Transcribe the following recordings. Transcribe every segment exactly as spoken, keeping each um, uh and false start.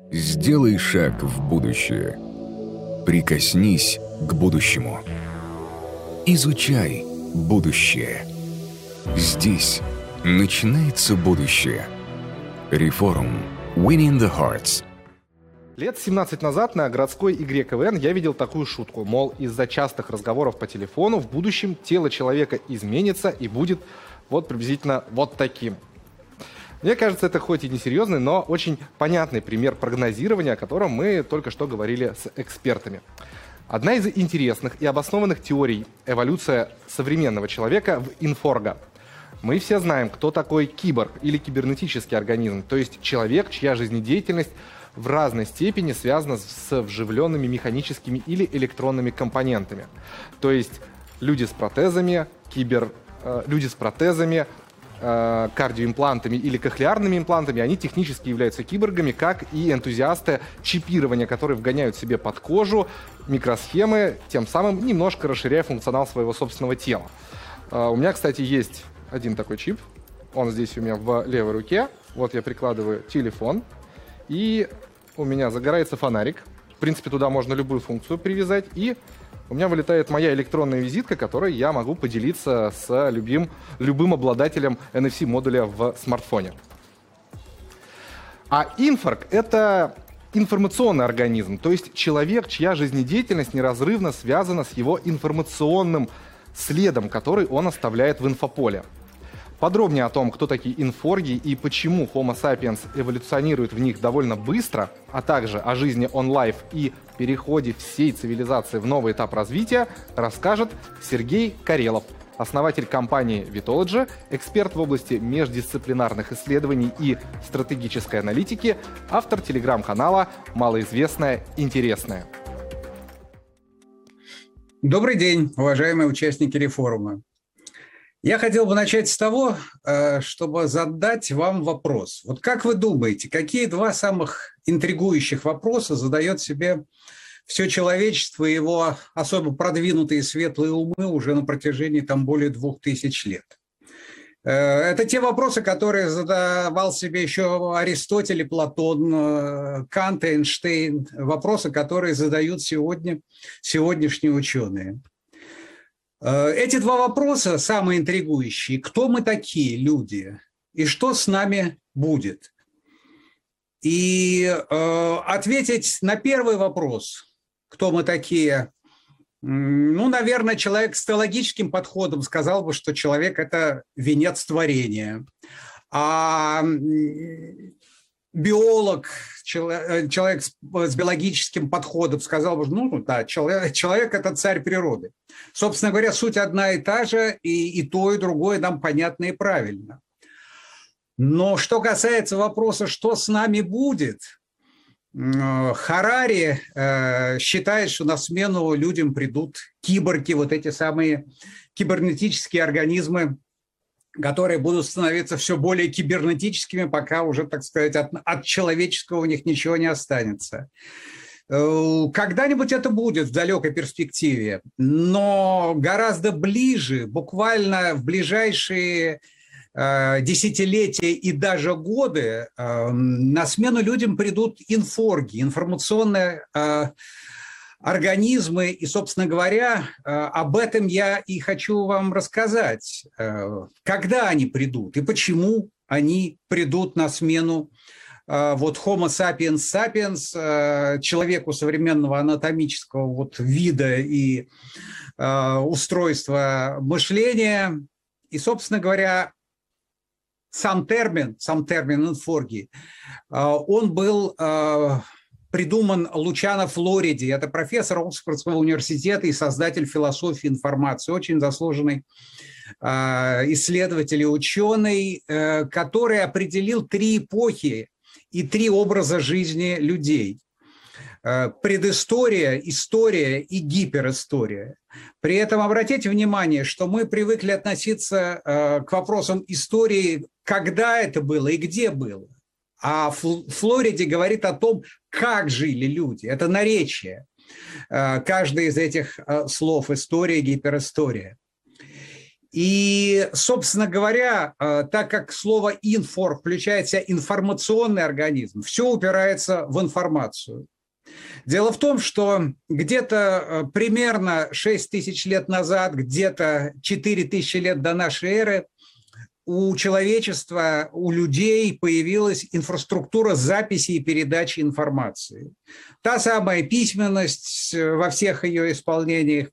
Сделай шаг в будущее. Прикоснись к будущему. Изучай будущее. Здесь начинается будущее. Reforum. Winning the Hearts. Лет семнадцать назад на городской игре КВН я видел такую шутку, мол, из-за частых разговоров по телефону в будущем тело человека изменится и будет вот приблизительно вот таким. Мне кажется, это хоть и несерьезный, но очень понятный пример прогнозирования, о котором мы только что говорили с экспертами. Одна из интересных и обоснованных теорий – эволюция современного человека в инфорго. Мы все знаем, кто такой киборг или кибернетический организм, то есть человек, чья жизнедеятельность в разной степени связана с вживленными механическими или электронными компонентами. То есть люди с протезами, кибер, э, люди с протезами, э, кардиоимплантами или кохлеарными имплантами, они технически являются киборгами, как и энтузиасты чипирования, которые вгоняют себе под кожу микросхемы, тем самым немножко расширяя функционал своего собственного тела. Э, у меня, кстати, есть один такой чип. Он здесь у меня в левой руке. Вот я прикладываю телефон, и у меня загорается фонарик. В принципе, туда можно любую функцию привязать. И у меня вылетает моя электронная визитка, которой я могу поделиться с любим, любым обладателем эн эф си-модуля в смартфоне. А инфорг — это информационный организм, то есть человек, чья жизнедеятельность неразрывно связана с его информационным следом, который он оставляет в инфополе. Подробнее о том, кто такие инфорги и почему Homo sapiens эволюционирует в них довольно быстро, а также о жизни on life и переходе всей цивилизации в новый этап развития, расскажет Сергей Карелов, основатель компании Vitology, эксперт в области междисциплинарных исследований и стратегической аналитики, автор телеграм-канала «Малоизвестное интересное». Добрый день, уважаемые участники Reforum. Я хотел бы начать с того, чтобы задать вам вопрос. Вот как вы думаете, какие два самых интригующих вопроса задает себе все человечество и его особо продвинутые светлые умы уже на протяжении там более двух тысяч лет? Это те вопросы, которые задавал себе еще Аристотель и Платон, Кант и Эйнштейн, вопросы, которые задают сегодня сегодняшние ученые. Эти два вопроса самые интригующие. Кто мы такие люди и что с нами будет? И э, ответить на первый вопрос, кто мы такие, ну, наверное, человек с теологическим подходом сказал бы, что человек – это венец творения. А биолог, человек с биологическим подходом сказал бы, ну да, человек, человек – это царь природы. Собственно говоря, суть одна и та же, и, и то, и другое нам понятно и правильно. Но что касается вопроса, что с нами будет, Харари э, считает, что на смену людям придут киборги, вот эти самые кибернетические организмы, которые будут становиться все более кибернетическими, пока уже, так сказать, от, от человеческого у них ничего не останется. Когда-нибудь это будет в далекой перспективе, но гораздо ближе, буквально в ближайшие э, десятилетия и даже годы э, на смену людям придут инфорги, информационные э, организмы. И, собственно говоря, э, об этом я и хочу вам рассказать. Э, когда они придут и почему они придут на смену вот Homo sapiens sapiens, человеку современного анатомического вот вида и устройства мышления. И, собственно говоря, сам термин, сам термин инфорги, он был придуман Лучано Флориди. Это профессор Оксфордского университета и создатель философии информации, очень заслуженный исследователь и ученый, который определил три эпохи и три образа жизни людей. Предыстория, история и гиперистория. При этом обратите внимание, что мы привыкли относиться к вопросам истории, когда это было и где было. А Флориди говорит о том, как жили люди. Это наречие. Каждое из этих слов – история, гиперистория. И, собственно говоря, так как слово «инфор» включает в себя информационный организм, все упирается в информацию. Дело в том, что где-то примерно шесть тысяч лет назад, где-то четыре тысячи лет до нашей эры, у человечества, у людей появилась инфраструктура записи и передачи информации. Та самая письменность во всех ее исполнениях,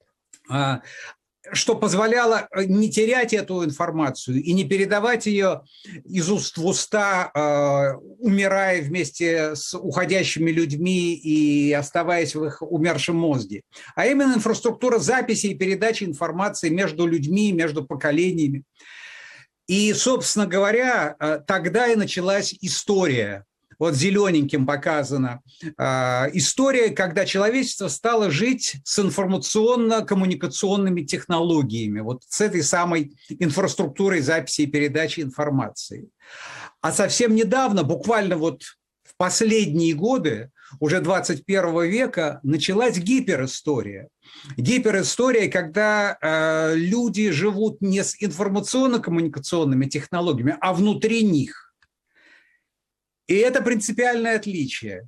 что позволяло не терять эту информацию и не передавать ее из уст в уста, э, умирая вместе с уходящими людьми и оставаясь в их умершем мозге, а именно инфраструктура записи и передачи информации между людьми, между поколениями. И, собственно говоря, тогда и началась история. Вот зелененьким показана история, когда человечество стало жить с информационно-коммуникационными технологиями, вот с этой самой инфраструктурой записи и передачи информации. А совсем недавно, буквально вот в последние годы, уже двадцать первого века, началась гиперистория. Гиперистория, когда э, люди живут не с информационно-коммуникационными технологиями, а внутри них. И это принципиальное отличие.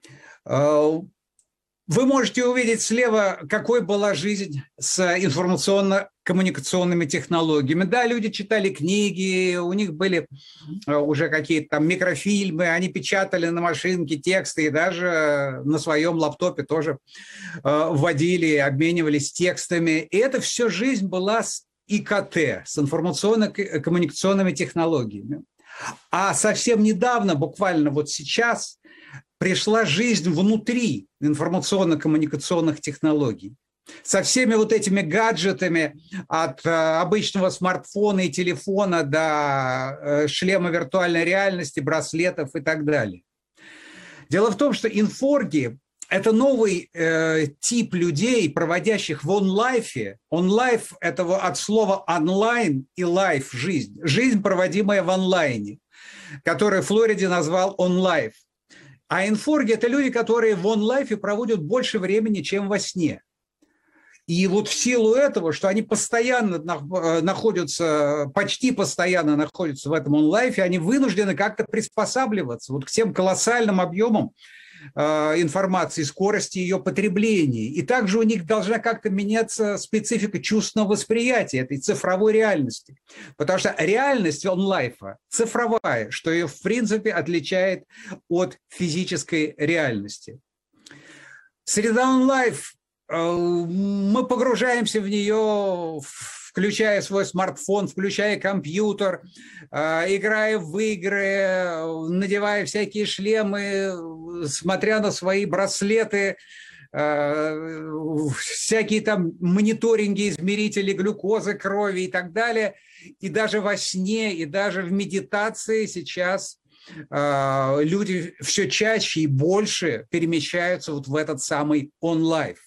Вы можете увидеть слева, какой была жизнь с информационно-коммуникационными технологиями. Да, люди читали книги, у них были уже какие-то там микрофильмы, они печатали на машинке тексты и даже на своем лаптопе тоже вводили, обменивались текстами. И это все жизнь была с И К Т, с информационно-коммуникационными технологиями. А совсем недавно, буквально вот сейчас, пришла жизнь внутри информационно-коммуникационных технологий. Со всеми вот этими гаджетами от обычного смартфона и телефона до шлема виртуальной реальности, браслетов и так далее. Дело в том, что инфорги – это новый э, тип людей, проводящих в онлайфе. Онлайф – это от слова онлайн и лайф – жизнь. Жизнь, проводимая в онлайне, который Флориди назвал онлайф. А инфорги – это люди, которые в онлайфе проводят больше времени, чем во сне. И вот в силу этого, что они постоянно находятся, почти постоянно находятся в этом онлайфе, они вынуждены как-то приспосабливаться вот к тем колоссальным объемам информации, скорости ее потребления. И также у них должна как-то меняться специфика чувственного восприятия этой цифровой реальности. Потому что реальность онлайфа цифровая, что ее в принципе отличает от физической реальности. Среда онлайф, мы погружаемся в нее, включая свой смартфон, включая компьютер, играя в игры, надевая всякие шлемы, смотря на свои браслеты, всякие там мониторинги, измерители глюкозы, крови и так далее. И даже во сне, и даже в медитации сейчас люди все чаще и больше перемещаются вот в этот самый онлайф.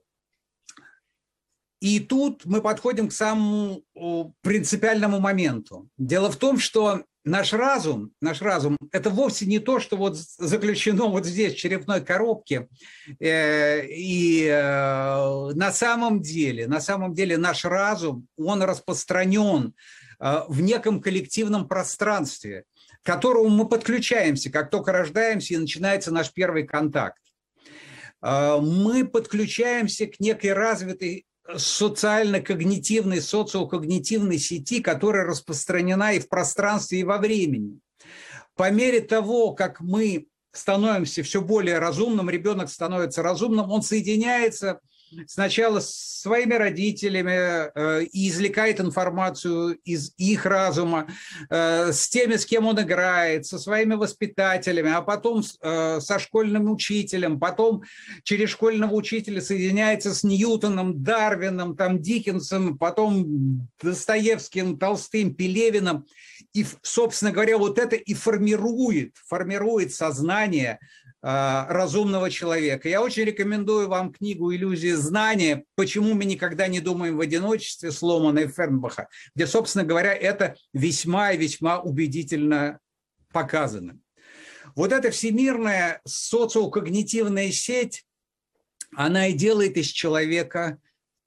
И тут мы подходим к самому принципиальному моменту. Дело в том, что наш разум, наш разум – это вовсе не то, что вот заключено вот здесь, в черепной коробке. И на самом деле, на самом деле наш разум, он распространен в неком коллективном пространстве, к которому мы подключаемся, как только рождаемся и начинается наш первый контакт. Мы подключаемся к некой развитой социально-когнитивной, социокогнитивной сети, которая распространена и в пространстве, и во времени. По мере того, как мы становимся все более разумным, ребенок становится разумным, он соединяется сначала с своими родителями э, и извлекает информацию из их разума, э, с теми, с кем он играет, со своими воспитателями, а потом э, со школьным учителем, потом через школьного учителя соединяется с Ньютоном, Дарвином, там, Диккенсом, потом Достоевским, Толстым, Пелевиным. И, собственно говоря, вот это и формирует, формирует сознание разумного человека. Я очень рекомендую вам книгу «Иллюзии знания. Почему мы никогда не думаем в одиночестве» Сломана и Фернбаха, где, собственно говоря, это весьма и весьма убедительно показано. Вот эта всемирная социокогнитивная сеть, она и делает из человека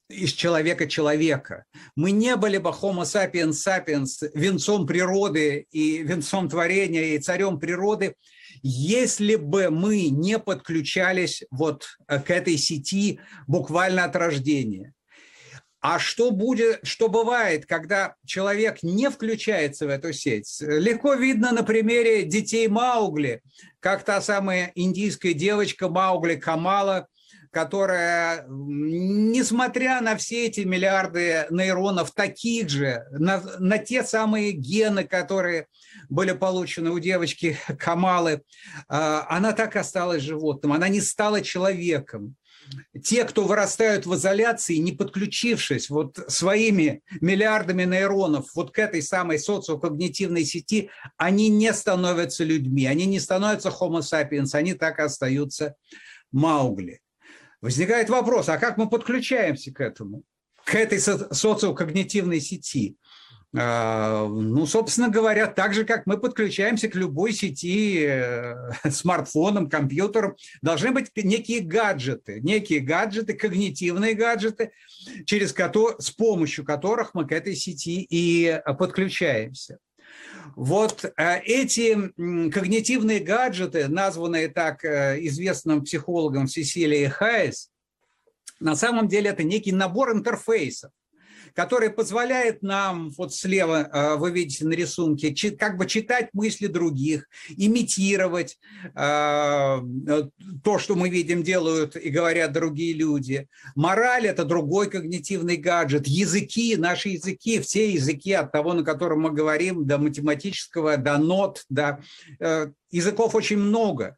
из человека человека. Мы не были бы Homo sapiens sapiens, венцом природы и венцом творения и царем природы, если бы мы не подключались вот к этой сети буквально от рождения. А что будет, что бывает, когда человек не включается в эту сеть? Легко видно на примере детей Маугли, как та самая индийская девочка Маугли Камала, которая, несмотря на все эти миллиарды нейронов, таких же, на, на те самые гены, которые были получены у девочки Камалы, она так осталась животным, она не стала человеком. Те, кто вырастают в изоляции, не подключившись вот своими миллиардами нейронов вот к этой самой социокогнитивной сети, они не становятся людьми, они не становятся Homo sapiens, они так и остаются Маугли. Возникает вопрос, а как мы подключаемся к этому, к этой со- социокогнитивной сети? А, ну, собственно говоря, так же, как мы подключаемся к любой сети, э, смартфонам, компьютерам, должны быть некие гаджеты, некие гаджеты, когнитивные гаджеты, через которые, с помощью которых мы к этой сети и подключаемся. Вот эти когнитивные гаджеты, названные так известным психологом Сесилией Хайес, на самом деле это некий набор интерфейсов, который позволяет нам, вот слева вы видите на рисунке, как бы читать мысли других, имитировать то, что мы видим, делают и говорят другие люди. Мораль – это другой когнитивный гаджет. Языки, наши языки, все языки от того, на котором мы говорим, до математического, до нот, до... Языков очень много.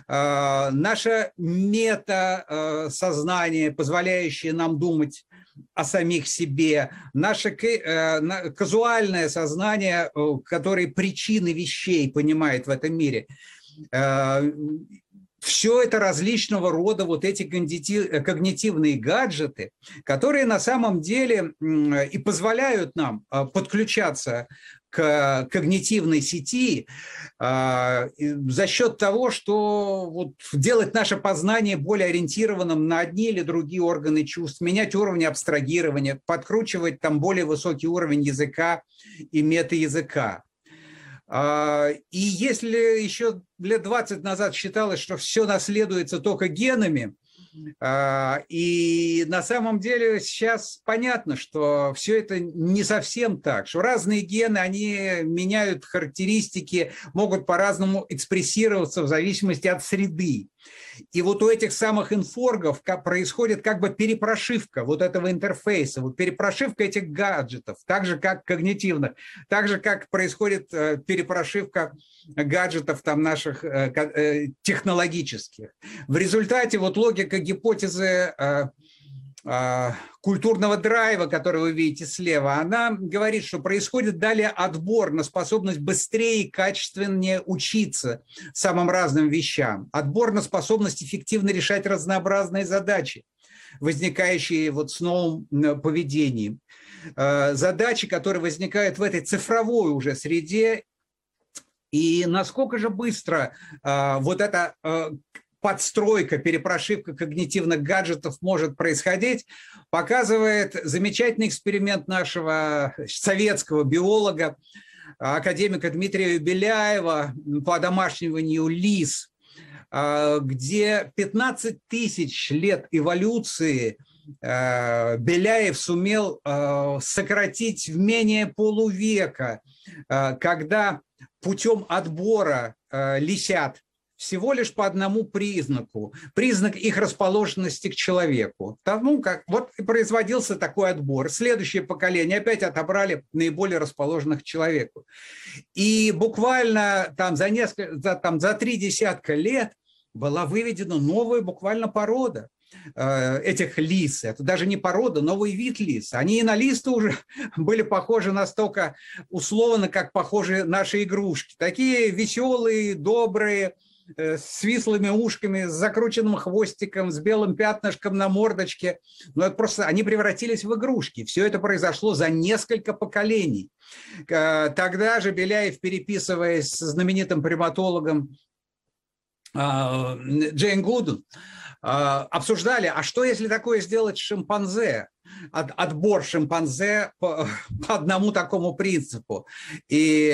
Наше мета-сознание, позволяющее нам думать о самих себе, наше казуальное сознание, которое причины вещей понимает в этом мире. Все это различного рода вот эти когнитивные гаджеты, которые на самом деле и позволяют нам подключаться к когнитивной сети за счет того, что вот делать наше познание более ориентированным на одни или другие органы чувств, менять уровни абстрагирования, подкручивать там более высокий уровень языка и метаязыка. И если еще лет двадцать назад считалось, что все наследуется только генами, и на самом деле сейчас понятно, что все это не совсем так, что разные гены, они меняют характеристики, могут по-разному экспрессироваться в зависимости от среды. И вот у этих самых инфоргов происходит как бы перепрошивка вот этого интерфейса, вот перепрошивка этих гаджетов, так же как когнитивных, так же как происходит перепрошивка гаджетов там наших технологических. В результате вот логика гипотезы культурного драйва, который вы видите слева, она говорит, что происходит далее отбор на способность быстрее и качественнее учиться самым разным вещам, отбор на способность эффективно решать разнообразные задачи, возникающие вот с новым поведением, задачи, которые возникают в этой цифровой уже среде, и насколько же быстро вот эта подстройка, перепрошивка когнитивных гаджетов может происходить, показывает замечательный эксперимент нашего советского биолога, академика Дмитрия Беляева по одомашниванию лис, где пятнадцать тысяч лет эволюции Беляев сумел сократить в менее полувека, когда путем отбора лисят всего лишь по одному признаку, признак их расположенности к человеку. Тому, как вот и производился такой отбор. Следующее поколение опять отобрали наиболее расположенных к человеку. И буквально там за, несколько, за, там, за три десятка лет была выведена новая буквально порода этих лис. Это даже не порода, новый вид лис. Они и на лис уже были похожи настолько условно, как похожи наши игрушки. Такие веселые, добрые, с вислыми ушками, с закрученным хвостиком, с белым пятнышком на мордочке. Но это просто они превратились в игрушки. Все это произошло за несколько поколений. Тогда же Беляев, переписываясь с знаменитым приматологом Джейн Гуден, обсуждали, а что если такое сделать с шимпанзе? От, отбор шимпанзе по, по одному такому принципу. И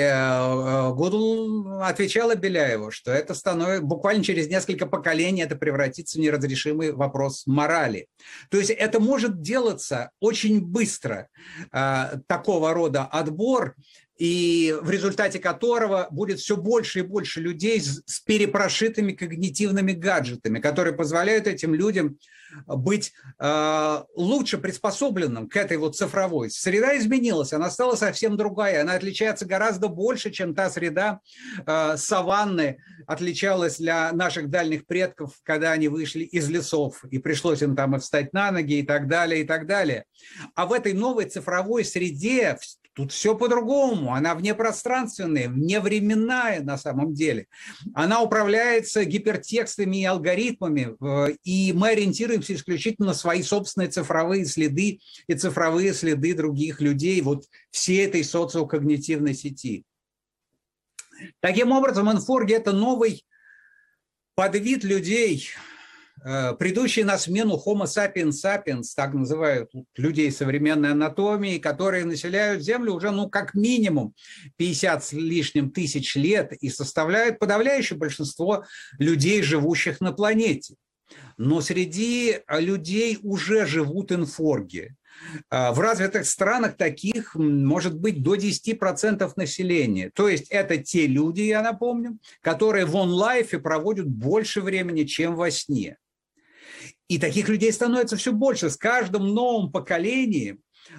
Гудл отвечала Беляеву, что это становится буквально через несколько поколений это превратится в неразрешимый вопрос морали. То есть это может делаться очень быстро, такого рода отбор, и в результате которого будет все больше и больше людей с перепрошитыми когнитивными гаджетами, которые позволяют этим людям быть э, лучше приспособленным к этой вот цифровой. Среда изменилась, она стала совсем другая, она отличается гораздо больше, чем та среда э, саванны отличалась для наших дальних предков, когда они вышли из лесов, и пришлось им там и встать на ноги, и так далее, и так далее. А в этой новой цифровой среде тут все по-другому, она внепространственная, вневременная на самом деле. Она управляется гипертекстами и алгоритмами, и мы ориентируемся исключительно на свои собственные цифровые следы и цифровые следы других людей, вот всей этой социокогнитивной сети. Таким образом, инфорги – это новый подвид людей, предыдущий на смену Homo sapiens sapiens, так называют людей современной анатомии, которые населяют Землю уже, ну, как минимум пятьдесят с лишним тысяч лет и составляют подавляющее большинство людей, живущих на планете. Но среди людей уже живут инфорги. В развитых странах таких может быть до десяти процентов населения. То есть это те люди, я напомню, которые в онлайфе проводят больше времени, чем во сне. И таких людей становится все больше. С каждым новым поколением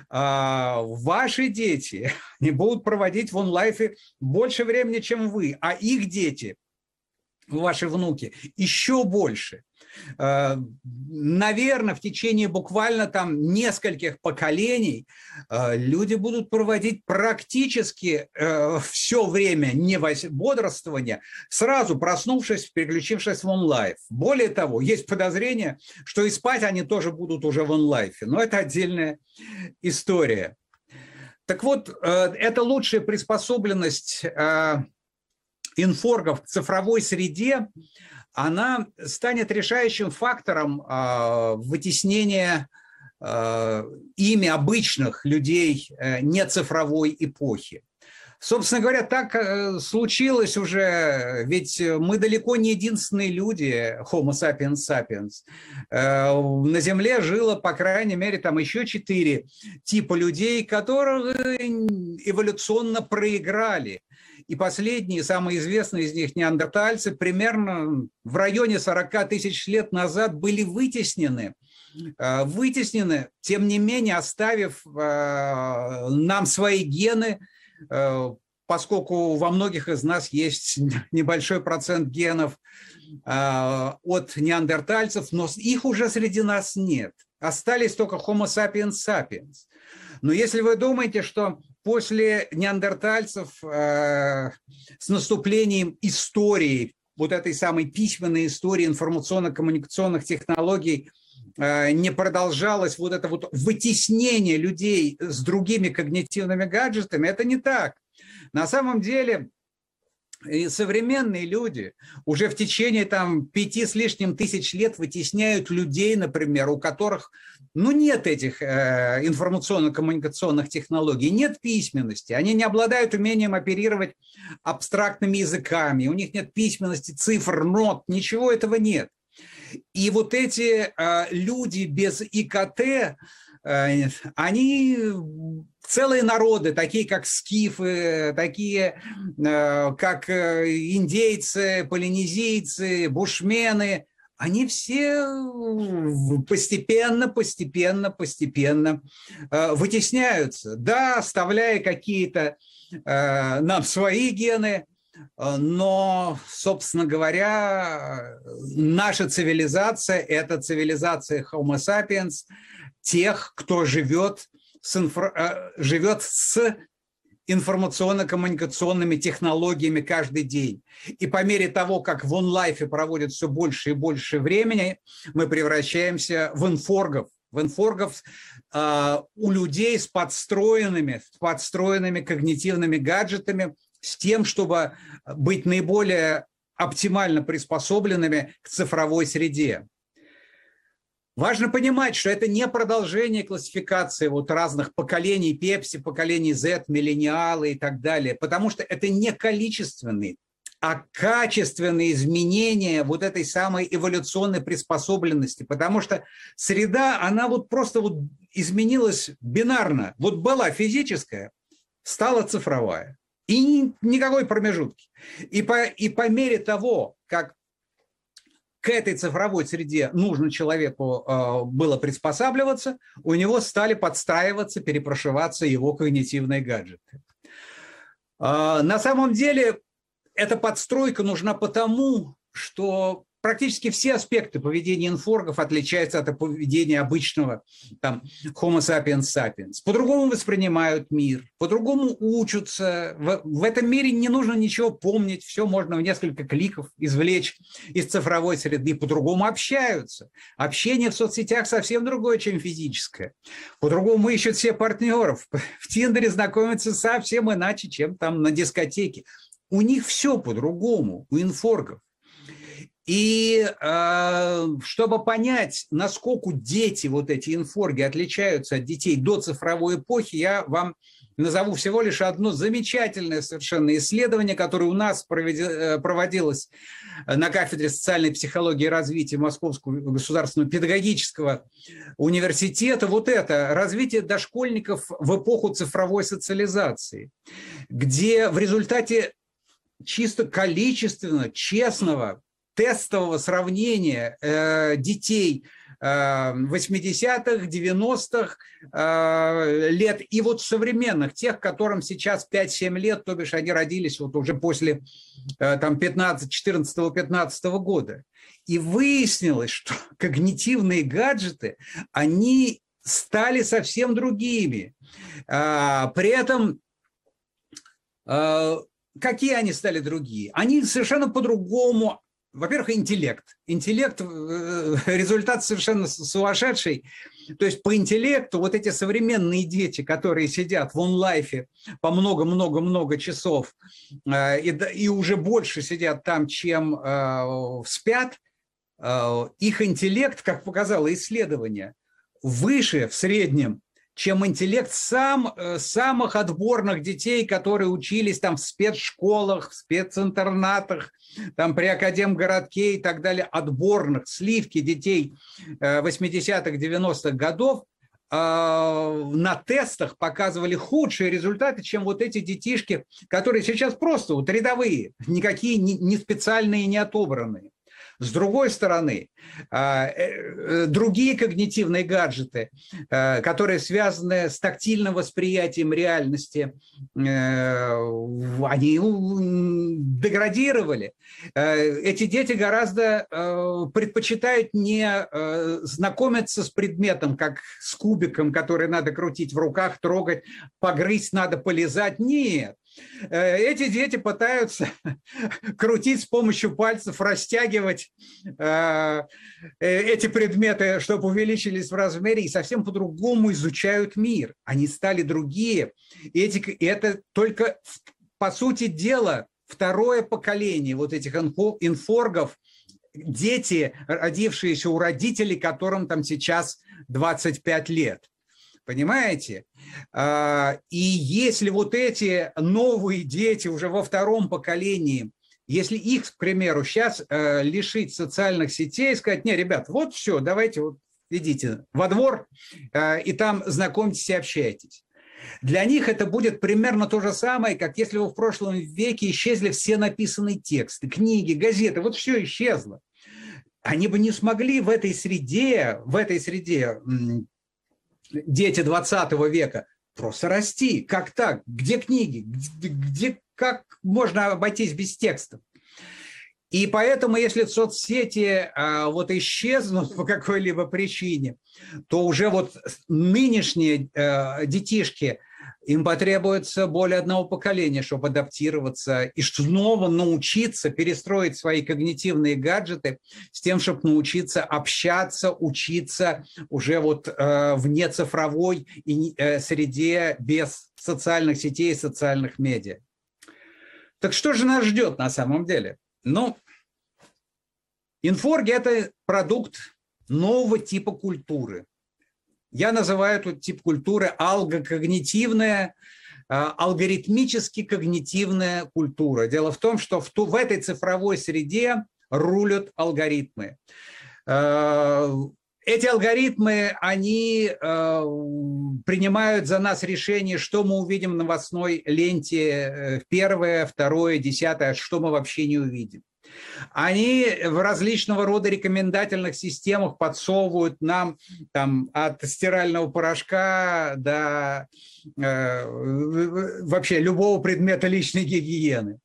ваши дети не будут проводить в онлайфе больше времени, чем вы, а их дети, ваши внуки, еще больше. Наверное, в течение буквально там нескольких поколений люди будут проводить практически все время не бодрствования, сразу проснувшись, переключившись в онлайф. Более того, есть подозрение, что и спать они тоже будут уже в онлайфе, но это отдельная история. Так вот, это лучшая приспособленность инфоргов к цифровой среде, она станет решающим фактором э, вытеснения э, ими обычных людей э, нецифровой эпохи. Собственно говоря, так э, случилось уже, ведь мы далеко не единственные люди, Homo sapiens sapiens. Э, на Земле жило, по крайней мере, там еще четыре типа людей, которые эволюционно проиграли. И последние, самые известные из них, неандертальцы, примерно в районе сорока тысяч лет назад были вытеснены. Вытеснены, тем не менее, оставив нам свои гены, поскольку во многих из нас есть небольшой процент генов от неандертальцев, но их уже среди нас нет. Остались только Homo sapiens sapiens. Но если вы думаете, что после неандертальцев э, с наступлением истории, вот этой самой письменной истории информационно-коммуникационных технологий, э, не продолжалось вот это вот вытеснение людей с другими когнитивными гаджетами, это не так. На самом деле и современные люди уже в течение там пяти с лишним тысяч лет вытесняют людей, например, у которых ну, нет этих э, информационно-коммуникационных технологий, нет письменности, они не обладают умением оперировать абстрактными языками, у них нет письменности, цифр, нот, ничего этого нет. И вот эти э, люди без ИКТ, э, они целые народы, такие как скифы, такие э, как индейцы, полинезийцы, бушмены, они все постепенно, постепенно, постепенно э, вытесняются. Да, оставляя какие-то э, нам свои гены, но, собственно говоря, наша цивилизация – это цивилизация Homo sapiens, тех, кто живет с, инфра... живет с информационно-коммуникационными технологиями каждый день. И по мере того, как в онлайфе проводят все больше и больше времени, мы превращаемся в инфоргов. В инфоргов э, у людей с подстроенными, с подстроенными когнитивными гаджетами, с тем, чтобы быть наиболее оптимально приспособленными к цифровой среде. Важно понимать, что это не продолжение классификации вот разных поколений Пепси, поколений Z, миллениалы и так далее, потому что это не количественные, а качественные изменения вот этой самой эволюционной приспособленности, потому что среда, она вот просто вот изменилась бинарно. Вот была физическая, стала цифровая. И никакой промежутки. И по, и по мере того, как к этой цифровой среде нужно человеку э, было приспосабливаться, у него стали подстраиваться, перепрошиваться его когнитивные гаджеты. Э, на самом деле эта подстройка нужна потому, что практически все аспекты поведения инфоргов отличаются от поведения обычного там, Homo sapiens sapiens. По-другому воспринимают мир, по-другому учатся. В, в этом мире не нужно ничего помнить, все можно в несколько кликов извлечь из цифровой среды, по-другому общаются. Общение в соцсетях совсем другое, чем физическое. По-другому ищут все партнеров. В Тиндере знакомятся совсем иначе, чем там на дискотеке. У них все по-другому, у инфоргов. И э, чтобы понять, насколько дети, вот эти инфорги, отличаются от детей до цифровой эпохи, я вам назову всего лишь одно замечательное совершенно исследование, которое у нас проводилось на кафедре социальной психологии и развития Московского государственного педагогического университета. Вот это развитие дошкольников в эпоху цифровой социализации, где в результате чисто количественно, честного, тестового сравнения э, детей э, восьмидесятых, девяностых э, лет и вот современных, тех, которым сейчас пять-семь лет, то бишь они родились вот уже после э, там четырнадцатого-пятнадцатого года. И выяснилось, что когнитивные гаджеты, они стали совсем другими. Э, при этом э, какие они стали другие? Они совершенно по-другому. Во-первых, интеллект. Интеллект – результат совершенно сумасшедший. То есть по интеллекту вот эти современные дети, которые сидят в онлайфе по много-много-много часов и, и уже больше сидят там, чем э, спят, э, их интеллект, как показало исследование, выше в среднем, чем интеллект сам, самых отборных детей, которые учились там в спецшколах, в специнтернатах, там при Академгородке и так далее, отборных, сливки детей восьмидесятых, девяностых годов на тестах показывали худшие результаты, чем вот эти детишки, которые сейчас просто вот рядовые, никакие не специальные, не отобранные. С другой стороны, другие когнитивные гаджеты, которые связаны с тактильным восприятием реальности, они деградировали. Эти дети гораздо предпочитают не знакомиться с предметом, как с кубиком, который надо крутить в руках, трогать, погрызть надо, полизать. Нет. Эти дети пытаются крутить с помощью пальцев, растягивать эти предметы, чтобы увеличились в размере, и совсем по-другому изучают мир. Они стали другие. И, эти, и это только, по сути дела, второе поколение вот этих инфоргов, дети, родившиеся у родителей, которым там сейчас двадцать пять лет. Понимаете? И если вот эти новые дети уже во втором поколении, если их, к примеру, сейчас лишить социальных сетей, сказать: не, ребят, вот все, давайте вот идите во двор и там знакомьтесь и общайтесь. Для них это будет примерно то же самое, как если бы в прошлом веке исчезли все написанные тексты, книги, газеты, вот все исчезло. Они бы не смогли в этой среде, в этой среде дети двадцатого века просто расти. Как так? Где книги? Где, где, как можно обойтись без текстов? И поэтому, если соцсети а, вот исчезнут по какой-либо причине, то уже вот нынешние а, детишки, им потребуется более одного поколения, чтобы адаптироваться и снова научиться перестроить свои когнитивные гаджеты с тем, чтобы научиться общаться, учиться уже вот э, вне цифровой и, э, среде без социальных сетей и социальных медиа. Так что же нас ждет на самом деле? Ну, инфорги – это продукт нового типа культуры. Я называю этот тип культуры алгокогнитивная, алгоритмически-когнитивная культура. Дело в том, что в, ту, в этой цифровой среде рулят алгоритмы. Эти алгоритмы, они э, принимают за нас решение, что мы увидим в новостной ленте первое, второе, десятое, что мы вообще не увидим. Они в различного рода рекомендательных системах подсовывают нам там, от стирального порошка до э, вообще любого предмета личной гигиены.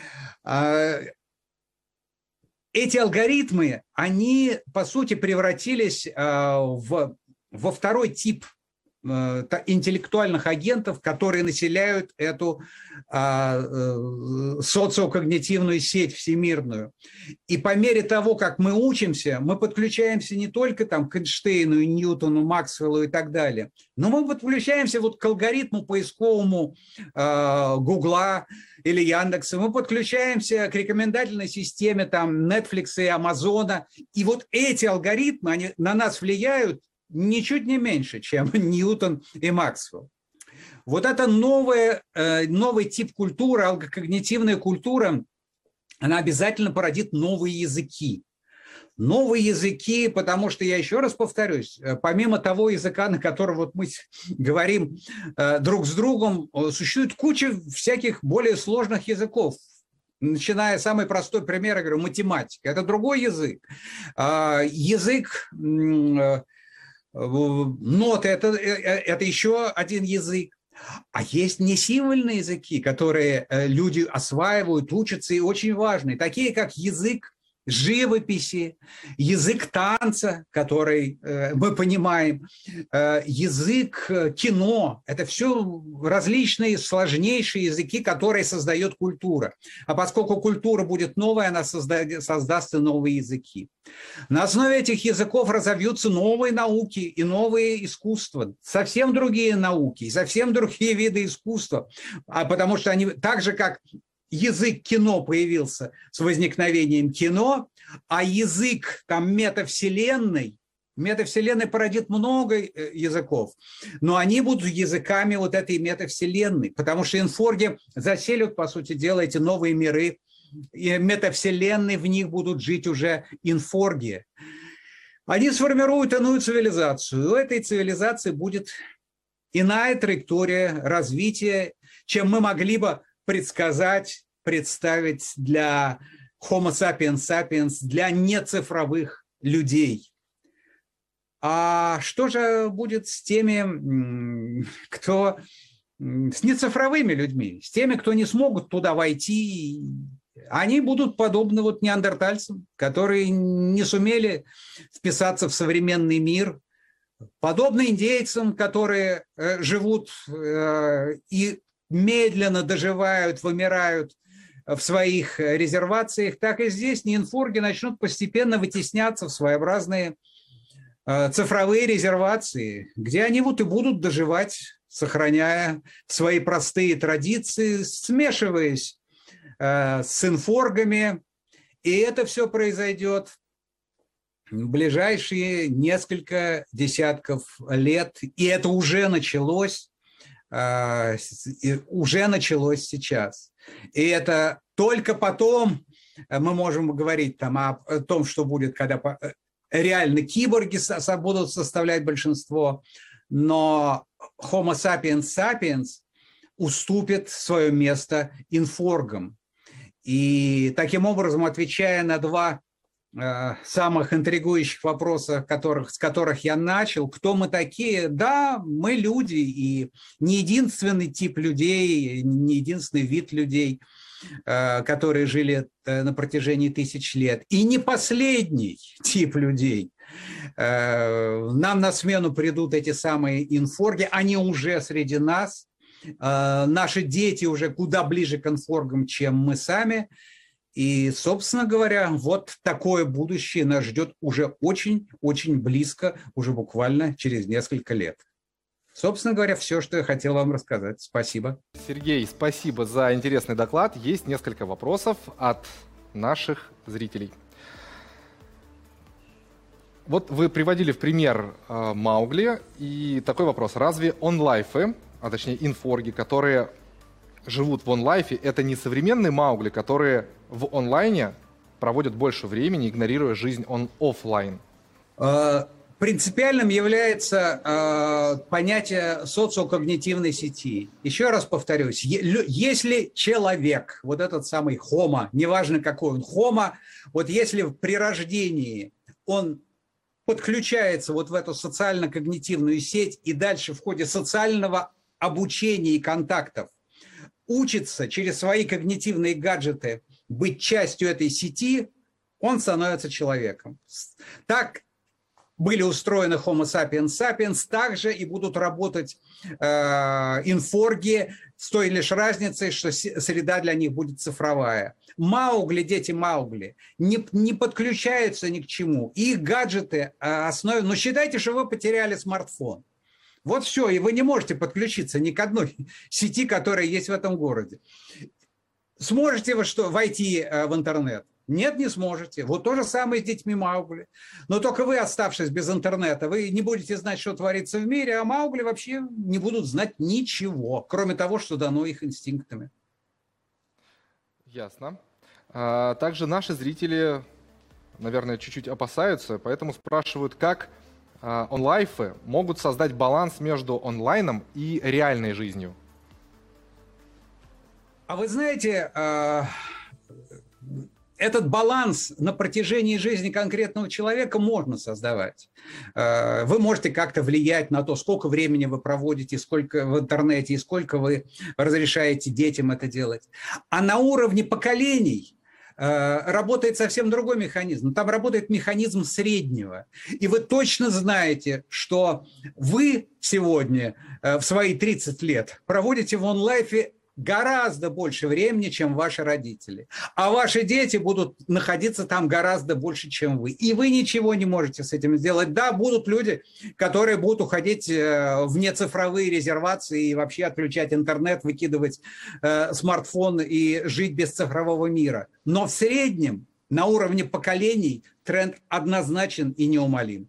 Эти алгоритмы, они, по сути, превратились в, во второй тип интеллектуальных агентов, которые населяют эту социокогнитивную сеть всемирную. И по мере того, как мы учимся, мы подключаемся не только там, к Эйнштейну, Ньютону, Максвеллу и так далее, но мы подключаемся вот к алгоритму поисковому Гугла или Яндекса, мы подключаемся к рекомендательной системе там, Netflix и Амазона. И вот эти алгоритмы, они на нас влияют ничуть не меньше, чем Ньютон и Максвелл. Вот это новое, новый тип культуры, алгокогнитивная культура, она обязательно породит новые языки. Новые языки, потому что, я еще раз повторюсь, помимо того языка, на котором вот мы говорим друг с другом, существует куча всяких более сложных языков. Начиная, самый простой пример, я говорю, математика. Это другой язык. Язык... Ноты – это, это еще один язык. А есть несимвольные языки, которые люди осваивают, учатся, и очень важные, такие как язык живописи, язык танца, который э, мы понимаем, э, язык кино. Это все различные сложнейшие языки, которые создает культура. А поскольку культура будет новая, она созда- создаст и новые языки. На основе этих языков разовьются новые науки и новые искусства, совсем другие науки и совсем другие виды искусства, а потому что они так же, как язык кино появился с возникновением кино, а язык там метавселенной, метавселенной породит много языков, но они будут языками вот этой метавселенной, потому что инфорги заселят, по сути дела, эти новые миры, и метавселенные, в них будут жить уже инфорги. Они сформируют иную цивилизацию. У этой цивилизации будет иная траектория развития, чем мы могли бы предсказать, представить для Homo sapiens sapiens, для нецифровых людей. А что же будет с теми, кто... с нецифровыми людьми, с теми, кто не смогут туда войти? Они будут подобны вот неандертальцам, которые не сумели вписаться в современный мир, подобны индейцам, которые э, живут э, и медленно доживают, вымирают в своих резервациях, так и здесь неинфорги начнут постепенно вытесняться в своеобразные э, цифровые резервации, где они вот и будут доживать, сохраняя свои простые традиции, смешиваясь э, с инфоргами. И это все произойдет в ближайшие несколько десятков лет. И это уже началось, э, уже началось сейчас. И это только потом мы можем говорить там о том, что будет, когда реально киборги будут составлять большинство, но Homo sapiens sapiens уступит свое место инфоргам. И таким образом, отвечая на два э, самых интригующих вопроса, которых, с которых я начал, кто мы такие? Да, мы люди, и не единственный тип людей, не единственный вид людей, э, которые жили э, на протяжении тысяч лет, и не последний тип людей. Нам на смену придут эти самые инфорги, они уже среди нас, наши дети уже куда ближе к инфоргам, чем мы сами, и, собственно говоря, вот такое будущее нас ждет уже очень-очень близко, уже буквально через несколько лет. Собственно говоря, все, что я хотел вам рассказать. Спасибо. Сергей, спасибо за интересный доклад. Есть несколько вопросов от наших зрителей. Вот вы приводили в пример э, Маугли, и такой вопрос. Разве онлайфы, а точнее инфорги, которые живут в онлайфе, это не современные Маугли, которые в онлайне проводят больше времени, игнорируя жизнь он офлайн? Принципиальным является э, понятие социокогнитивной сети. Еще раз повторюсь, если человек, вот этот самый homo, неважно какой он homo, вот если при рождении он подключается вот в эту социально-когнитивную сеть и дальше в ходе социального обучения и контактов учится через свои когнитивные гаджеты быть частью этой сети, он становится человеком. Так были устроены Homo sapiens sapiens, также и будут работать э, инфорги с той лишь разницей, что среда для них будет цифровая. Маугли, дети Маугли, не, не подключаются ни к чему. Их гаджеты э, основаны... Ну, считайте, что вы потеряли смартфон. Вот все, и вы не можете подключиться ни к одной сети, которая есть в этом городе. Сможете вы что, войти э, в интернет? Нет, не сможете. Вот то же самое с детьми Маугли. Но только вы, оставшись без интернета, вы не будете знать, что творится в мире, а Маугли вообще не будут знать ничего, кроме того, что дано их инстинктами. Ясно. А, также наши зрители, наверное, чуть-чуть опасаются, поэтому спрашивают, как а, онлайфы могут создать баланс между онлайном и реальной жизнью. А вы знаете... А... Этот баланс на протяжении жизни конкретного человека можно создавать. Вы можете как-то влиять на то, сколько времени вы проводите, сколько в интернете и сколько вы разрешаете детям это делать. А на уровне поколений работает совсем другой механизм. Там работает механизм среднего. И вы точно знаете, что вы сегодня в свои тридцать лет проводите в онлайфе гораздо больше времени, чем ваши родители. А ваши дети будут находиться там гораздо больше, чем вы. И вы ничего не можете с этим сделать. Да, будут люди, которые будут уходить в нецифровые резервации и вообще отключать интернет, выкидывать э, смартфон и жить без цифрового мира. Но в среднем на уровне поколений тренд однозначен и неумолим.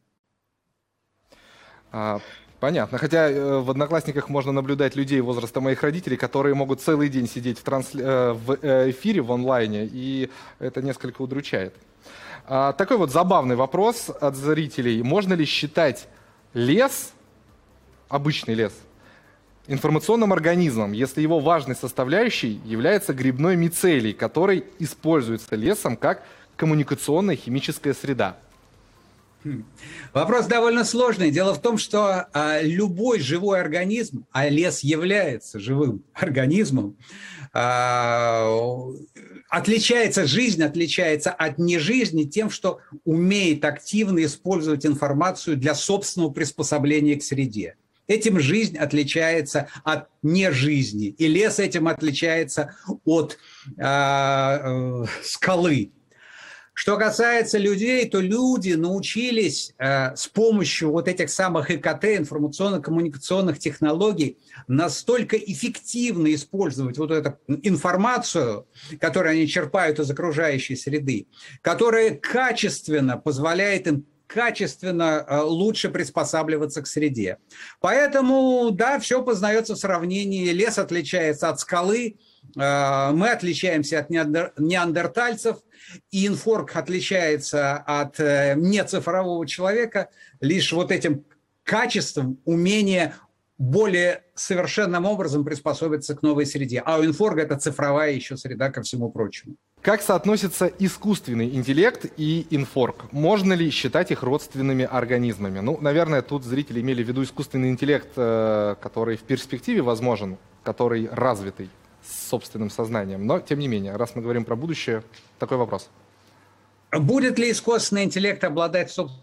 А... Понятно. Хотя э, в Одноклассниках можно наблюдать людей возраста моих родителей, которые могут целый день сидеть в, трансли... э, в эфире, в онлайне, и это несколько удручает. А, такой вот забавный вопрос от зрителей. Можно ли считать лес, обычный лес, информационным организмом, если его важной составляющей является грибной мицелий, который используется лесом как коммуникационная химическая среда? Вопрос довольно сложный. Дело в том, что а, любой живой организм, а лес является живым организмом, а, отличается, жизнь отличается от нежизни тем, что умеет активно использовать информацию для собственного приспособления к среде. Этим жизнь отличается от нежизни, и лес этим отличается от а, э, скалы. Что касается людей, то люди научились э, с помощью вот этих самых И К Т, информационно-коммуникационных технологий, настолько эффективно использовать вот эту информацию, которую они черпают из окружающей среды, которая качественно позволяет им качественно э, лучше приспосабливаться к среде. Поэтому, да, все познается в сравнении. Лес отличается от скалы, э, мы отличаемся от неандер... неандертальцев, и инфорг отличается от э, нецифрового человека лишь вот этим качеством, умения более совершенным образом приспособиться к новой среде. А у инфорга это цифровая еще среда ко всему прочему. Как соотносится искусственный интеллект и инфорг? Можно ли считать их родственными организмами? Ну, наверное, тут зрители имели в виду искусственный интеллект, э, который в перспективе возможен, который развитый, с собственным сознанием. Но, тем не менее, раз мы говорим про будущее, такой вопрос. Будет ли искусственный интеллект обладать собственным?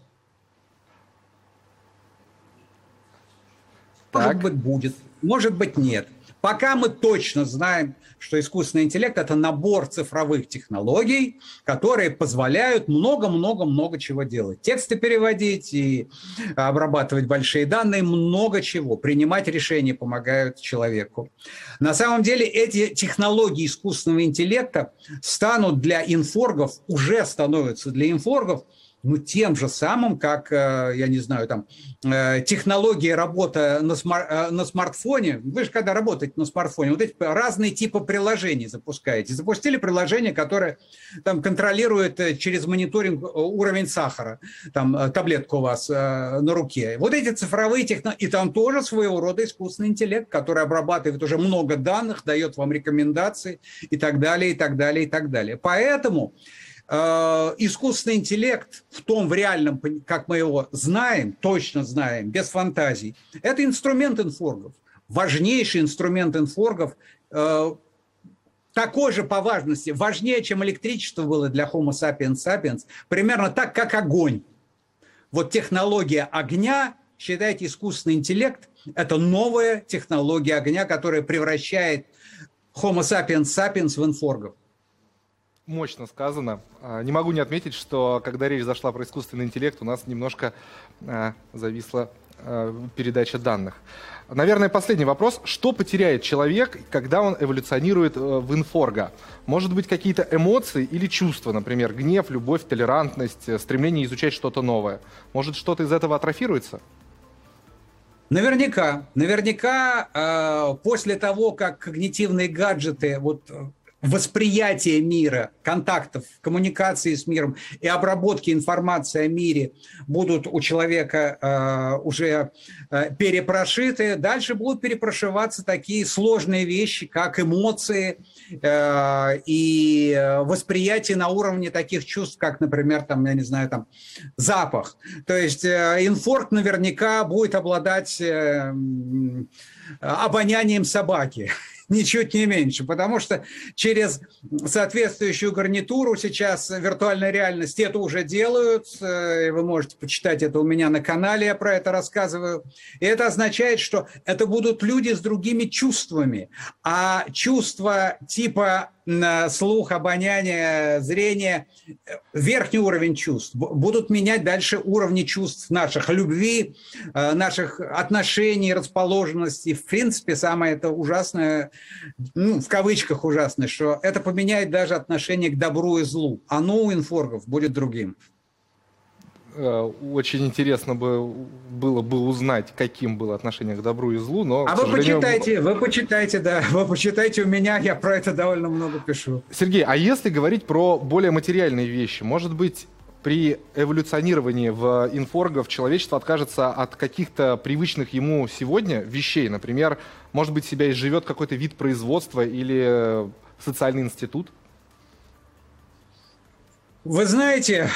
Может быть, будет, может быть, нет. Пока мы точно знаем, что искусственный интеллект – это набор цифровых технологий, которые позволяют много-много-много чего делать. Тексты переводить и обрабатывать большие данные, много чего. Принимать решения помогают человеку. На самом деле эти технологии искусственного интеллекта станут для инфоргов, уже становятся для инфоргов ну, тем же самым, как, я не знаю, там, технология работы на, смар- на смартфоне. Вы же когда работаете на смартфоне, вот эти разные типы приложений запускаете. Запустили приложение, которое там контролирует через мониторинг уровень сахара, там таблетка у вас на руке. Вот эти цифровые технологии, и там тоже своего рода искусственный интеллект, который обрабатывает уже много данных, дает вам рекомендации и так далее, и так далее, и так далее. Поэтому искусственный интеллект в том, в реальном, как мы его знаем, точно знаем, без фантазий, это инструмент инфоргов. Важнейший инструмент инфоргов, такой же по важности, важнее, чем электричество было для Homo sapiens sapiens, примерно так, как огонь. Вот технология огня, считайте, искусственный интеллект, это новая технология огня, которая превращает Homo sapiens sapiens в инфоргов. Мощно сказано. Не могу не отметить, что когда речь зашла про искусственный интеллект, у нас немножко э, зависла э, передача данных. Наверное, последний вопрос. Что потеряет человек, когда он эволюционирует э, в инфорга? Может быть, какие-то эмоции или чувства, например, гнев, любовь, толерантность, стремление изучать что-то новое? Может, что-то из этого атрофируется? Наверняка. Наверняка э, после того, как когнитивные гаджеты... вот восприятие мира, контактов, коммуникации с миром и обработки информации о мире будут у человека э, уже э, перепрошиты, дальше будут перепрошиваться такие сложные вещи, как эмоции э, и восприятие на уровне таких чувств, как, например, там, я не знаю, там, запах. То есть э, инфорг наверняка будет обладать э, обонянием собаки. Ничуть не меньше, потому что через соответствующую гарнитуру сейчас виртуальной реальности это уже делают. Вы можете почитать это у меня на канале, я про это рассказываю. И это означает, что это будут люди с другими чувствами. А чувства типа слух, обоняние, зрение, верхний уровень чувств будут менять дальше уровни чувств наших, любви, наших отношений, расположенности. В принципе, самое это ужасное, ну, в кавычках ужасное, что это поменяет даже отношение к добру и злу. Оно у инфоргов будет другим. Очень интересно бы было бы узнать, каким было отношение к добру и злу, но... А вы сожалению... почитайте, вы почитайте, да, вы почитайте у меня, я про это довольно много пишу. Сергей, а если говорить про более материальные вещи, может быть, при эволюционировании в инфоргов человечество откажется от каких-то привычных ему сегодня вещей, например, может быть, себя изживет какой-то вид производства или социальный институт? Вы знаете...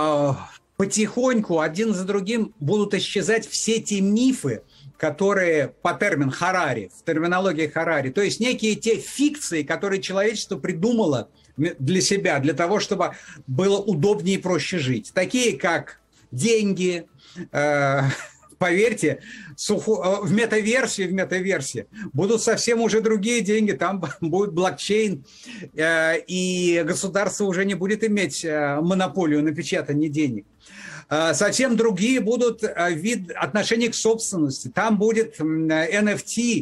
потихоньку один за другим будут исчезать все те мифы, которые по термину Харари, в терминологии Харари, то есть некие те фикции, которые человечество придумало для себя, для того, чтобы было удобнее и проще жить. Такие как деньги, э, поверьте, сухо, в метаверсии, в метаверсии будут совсем уже другие деньги, там будет блокчейн, э, и государство уже не будет иметь э, монополию на печатание денег. Совсем другие будут вид отношений к собственности. Там будет эн эф ти,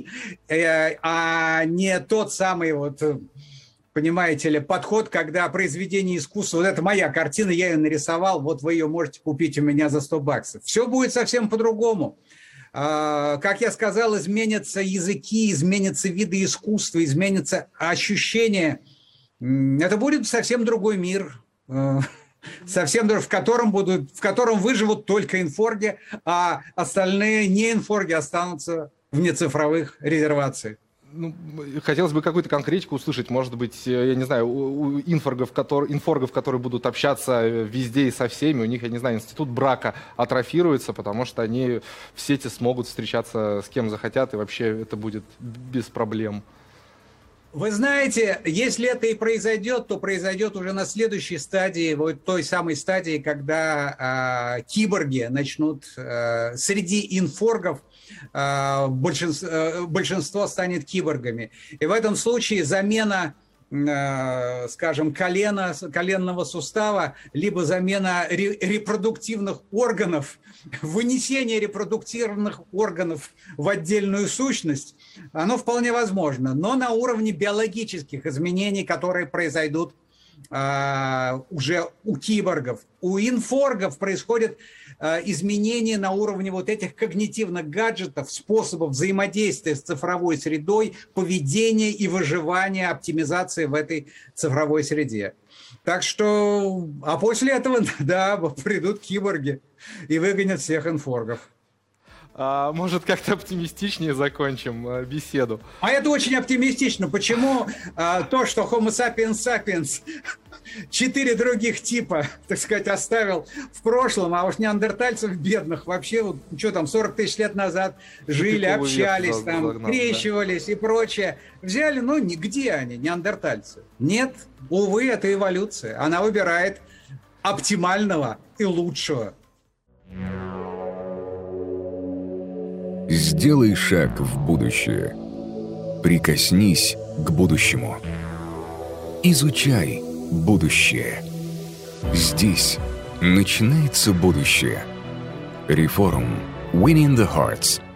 а не тот самый, вот, понимаете ли, подход, когда произведение искусства, вот это моя картина, я ее нарисовал, вот вы ее можете купить у меня за сто баксов. Все будет совсем по-другому. Как я сказал, изменятся языки, изменятся виды искусства, изменятся ощущения. Это будет совсем другой мир. Совсем в котором будут, в котором выживут только инфорги, а остальные не инфорги останутся в нецифровых резервациях. Ну, хотелось бы какую-то конкретику услышать, может быть, я не знаю, у инфоргов, которые, инфоргов, которые будут общаться везде и со всеми, у них, я не знаю, институт брака атрофируется, потому что они в сети смогут встречаться с кем захотят, и вообще это будет без проблем. Вы знаете, если это и произойдет, то произойдет уже на следующей стадии, вот той самой стадии, когда э, киборги начнут э, среди инфоргов, э, большинство, э, большинство станет киборгами. И в этом случае замена, э, скажем, колена, коленного сустава, либо замена ре, репродуктивных органов, вынесение репродуктивных органов в отдельную сущность, оно вполне возможно, но на уровне биологических изменений, которые произойдут а, уже у киборгов. У инфоргов происходят а, изменения на уровне вот этих когнитивных гаджетов, способов взаимодействия с цифровой средой, поведения и выживания, оптимизации в этой цифровой среде. Так что, а после этого, да, придут киборги и выгонят всех инфоргов. А, может, как-то оптимистичнее закончим а, беседу? А это очень оптимистично. Почему а, то, что Homo sapiens sapiens четыре других типа, так сказать, оставил в прошлом, а уж неандертальцев бедных вообще, вот, что там, сорок тысяч лет назад жили, общались, там, загнал, крещивались да. и прочее. Взяли, ну, где они, неандертальцы? Нет, увы, это эволюция. Она выбирает оптимального и лучшего. Сделай шаг в будущее. Прикоснись к будущему. Изучай будущее. Здесь начинается будущее. Reforum. Winning the Hearts.